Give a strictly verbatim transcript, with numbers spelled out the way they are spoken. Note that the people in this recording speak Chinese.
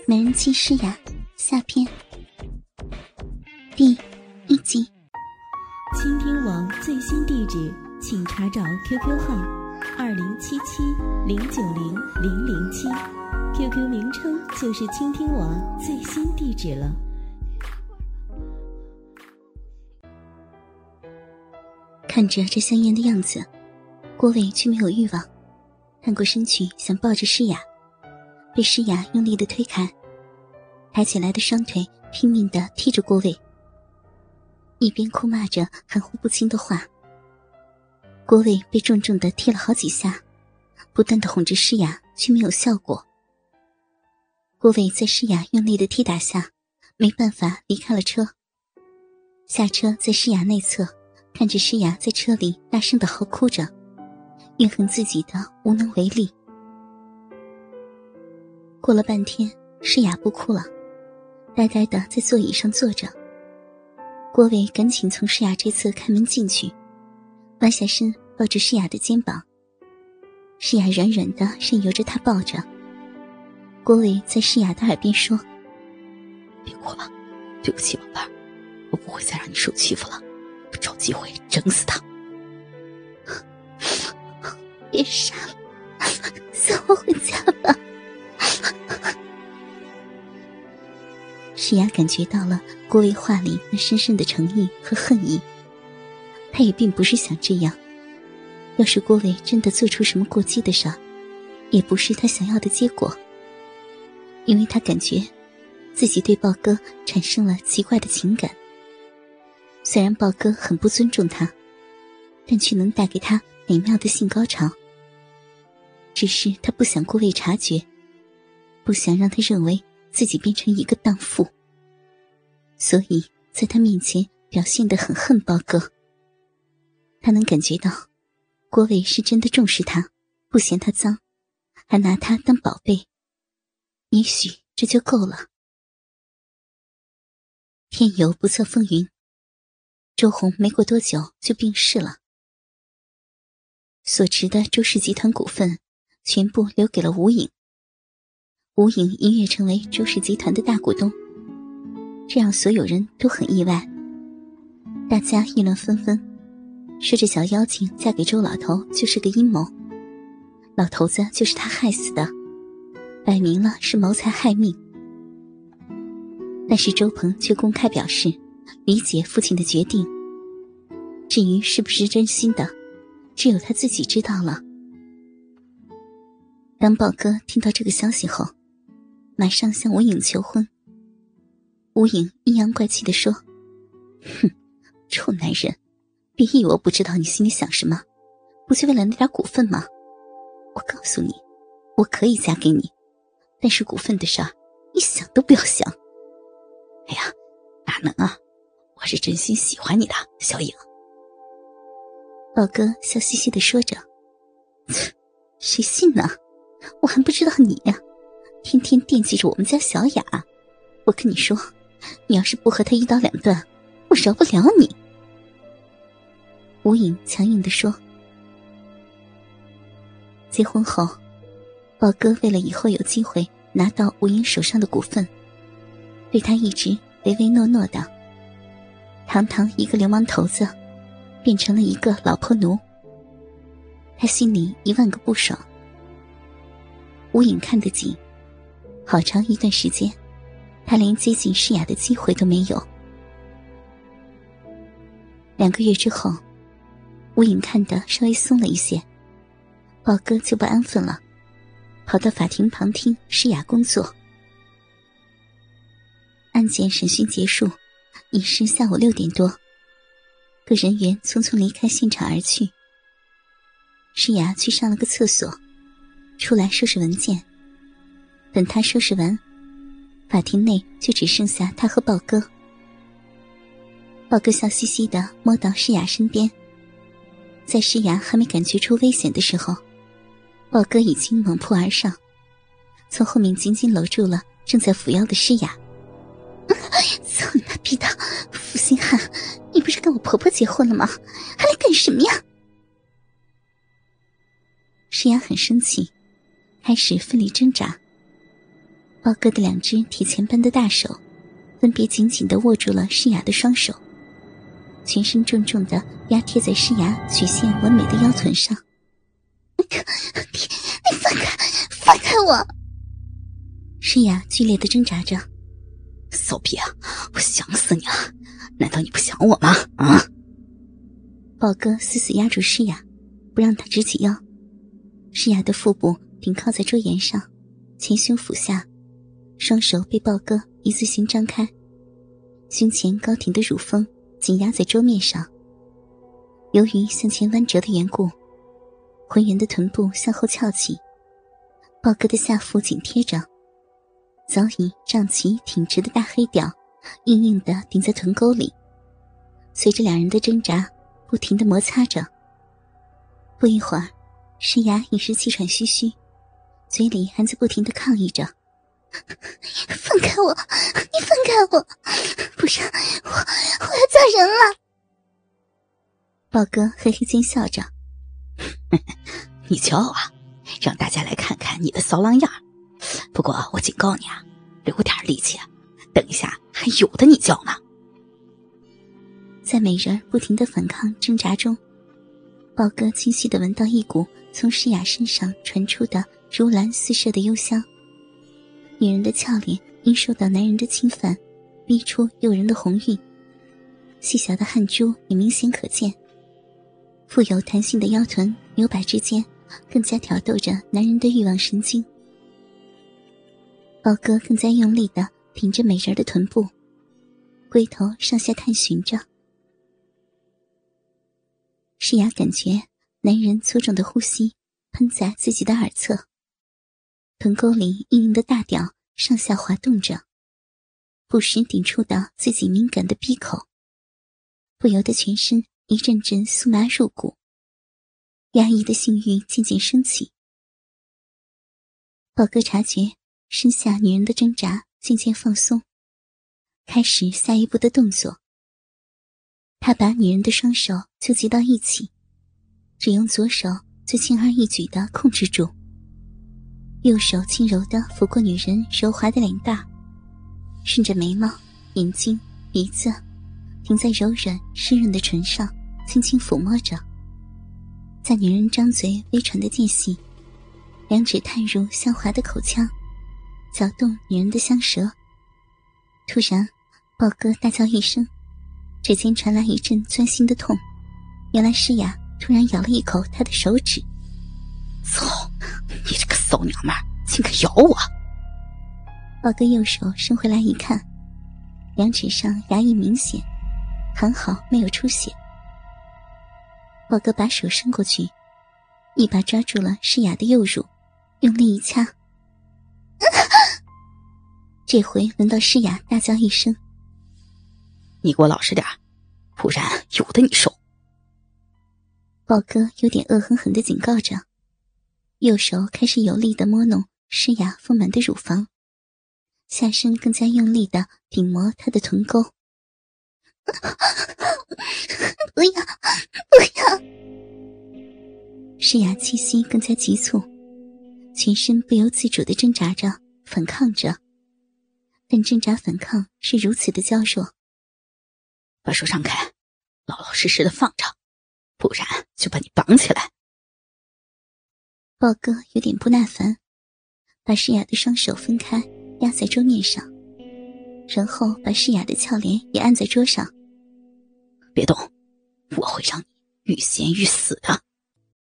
美人妻诗雅下篇第一集。 倾听网最新地址，请查找 Q Q 号二零七七零九零零零七 ，Q Q 名称就是倾听网最新地址了。 看着这香艳的样子，郭伟却没有欲望，探过身去想抱着诗雅，被诗雅用力地推开，抬起来的双腿拼命地踢着郭伟，一边哭骂着含糊不清的话。郭伟被重重地踢了好几下，不断地哄着诗雅，却没有效果。郭伟在诗雅用力的踢打下，没办法离开了车。下车在诗雅内侧，看着诗雅在车里大声地嚎哭着，怨恨自己的无能为力。过了半天，诗雅不哭了，呆呆地在座椅上坐着。郭伟赶紧从诗雅这侧开门进去，弯下身抱着诗雅的肩膀。诗雅软软地任由着他抱着。郭伟在诗雅的耳边说：“ 别哭了，对不起宝贝儿，我不会再让你受欺负了，我找机会整死他。” 别傻了，送我回家吧。诗雅感觉到了郭伟话里那深深的诚意和恨意，他也并不是想这样。要是郭伟真的做出什么过激的事，也不是他想要的结果。因为他感觉自己对豹哥产生了奇怪的情感，虽然豹哥很不尊重他，但却能带给他美妙的性高潮。只是他不想郭伟察觉，不想让他认为自己变成一个荡妇，所以在他面前表现得很恨豹哥。他能感觉到郭伟是真的重视他，不嫌他脏，还拿他当宝贝。也许这就够了。天有不测风云，周红没过多久就病逝了。所持的周氏集团股份全部留给了吴颖，吴颖一跃成为周氏集团的大股东，这让所有人都很意外。大家议论纷纷，说这小妖精嫁给周老头就是个阴谋，老头子就是他害死的，摆明了是谋财害命。但是周鹏却公开表示理解父亲的决定，至于是不是真心的，只有他自己知道了。当豹哥听到这个消息后，马上向吴颖求婚。吴颖阴阳怪气地说：“哼，臭男人，别以为我不知道你心里想什么，不就为了那点股份吗？我告诉你，我可以嫁给你，但是股份的事儿，你想都不要想。”“ 哎呀，哪能啊，我是真心喜欢你的，小颖。” 豹哥笑嘻嘻地说着。“谁信呢？我还不知道你呀，天天惦记着我们家小雅。我跟你说，你要是不和她一刀两断，我饶不了你。”吴颖强硬地说。结婚后，豹哥为了以后有机会拿到吴颖手上的股份，对他一直唯唯诺诺的。堂堂一个流氓头子，变成了一个老婆奴，他心里一万个不爽。吴颖看得紧，好长一段时间，他连接近诗雅的机会都没有。两个月之后，吴颖看得稍微松了一些，豹哥就不安分了，跑到法庭旁听诗雅工作。案件审讯结束，已是下午六点多，各人员匆匆离开现场而去。诗雅去上了个厕所，出来收拾文件。等她收拾完，法庭内就只剩下她和豹哥。豹哥笑嘻嘻地摸到诗雅身边，在诗雅还没感觉出危险的时候，豹哥已经猛扑而上，从后面紧紧搂住了正在扶摇的诗雅。“操你妈逼的，负心汉！你不是跟我婆婆结婚了吗？还来干什么呀？”诗雅很生气，开始奋力挣扎。 豹哥的两只铁钳般的大手分别紧紧地握住了诗雅的双手，全身重重地压贴在诗雅曲线完美的腰臀上。你你放开放开我！诗雅剧烈地挣扎着。 骚逼啊，我想死你了，难道你不想我吗？啊！ 豹哥死死压住诗雅，不让她直起腰。诗雅的腹部顶靠在桌沿上，前胸俯下，双手被豹哥一字形张开，胸前高挺的乳峰紧压在桌面上。由于向前弯折的缘故，浑圆的臀部向后翘起，豹哥的下腹紧贴着，早已胀起挺直的大黑屌硬硬地顶在臀沟里，随着两人的挣扎不停地摩擦着。不一会儿，诗雅已是气喘吁吁，嘴里还在不停地抗议着：放开我，你放开我，不然我我要嫁人了。豹哥嘿嘿奸笑着： 你骄傲啊，让大家来看看你的骚浪样。不过我警告你啊，留点力气，等一下还有的你叫呢。 在美人不停地反抗挣扎中，豹哥清晰地闻到一股从诗雅身上传出的如兰似麝的幽香。女人的俏脸因受到男人的侵犯，逼出诱人的红晕，细小的汗珠也明显可见。富有弹性的腰臀扭摆之间，更加挑逗着男人的欲望神经。豹哥更加用力地挺着美人的臀部，龟头上下探寻着。诗雅感觉男人粗重的呼吸喷在自己的耳侧，臀沟里硬硬的大屌上下滑动着，不时顶触到自己敏感的鼻口，不由得全身一阵阵酥麻入骨，压抑的性欲渐渐升起。豹哥察觉身下女人的挣扎渐渐放松，开始下一步的动作。他把女人的双手纠集到一起，只用左手最轻而易举地控制住，右手轻柔地抚过女人柔滑的脸蛋，顺着眉毛、眼睛、鼻子停在柔软湿润的唇上，轻轻抚摸着。在女人张嘴微喘的间隙，两指探入香滑的口腔，搅动女人的香舌。突然，豹哥大叫一声，指尖传来一阵钻心的痛，原来诗雅突然咬了一口他的手指。 操，你这个骚娘们竟敢咬我！ 豹哥右手伸回来一看，两指上牙印明显，还好没有出血。豹哥把手伸过去，一把抓住了诗雅的右乳，用力一掐。这回轮到诗雅大叫一声： 你给我老实点，不然有的你受。 豹哥有点恶狠狠地警告着，右手开始有力地摸弄诗雅丰满的乳房，下身更加用力地顶磨她的臀沟。不要不要！诗雅气息更加急促，全身不由自主地挣扎着反抗着，但挣扎反抗是如此的娇弱。 把手张开，老老实实的放着，不然就把你绑起来。 豹哥有点不耐烦，把诗雅的双手分开压在桌面上，然后把诗雅的俏脸也按在桌上。 别动，我会让你欲仙欲死的。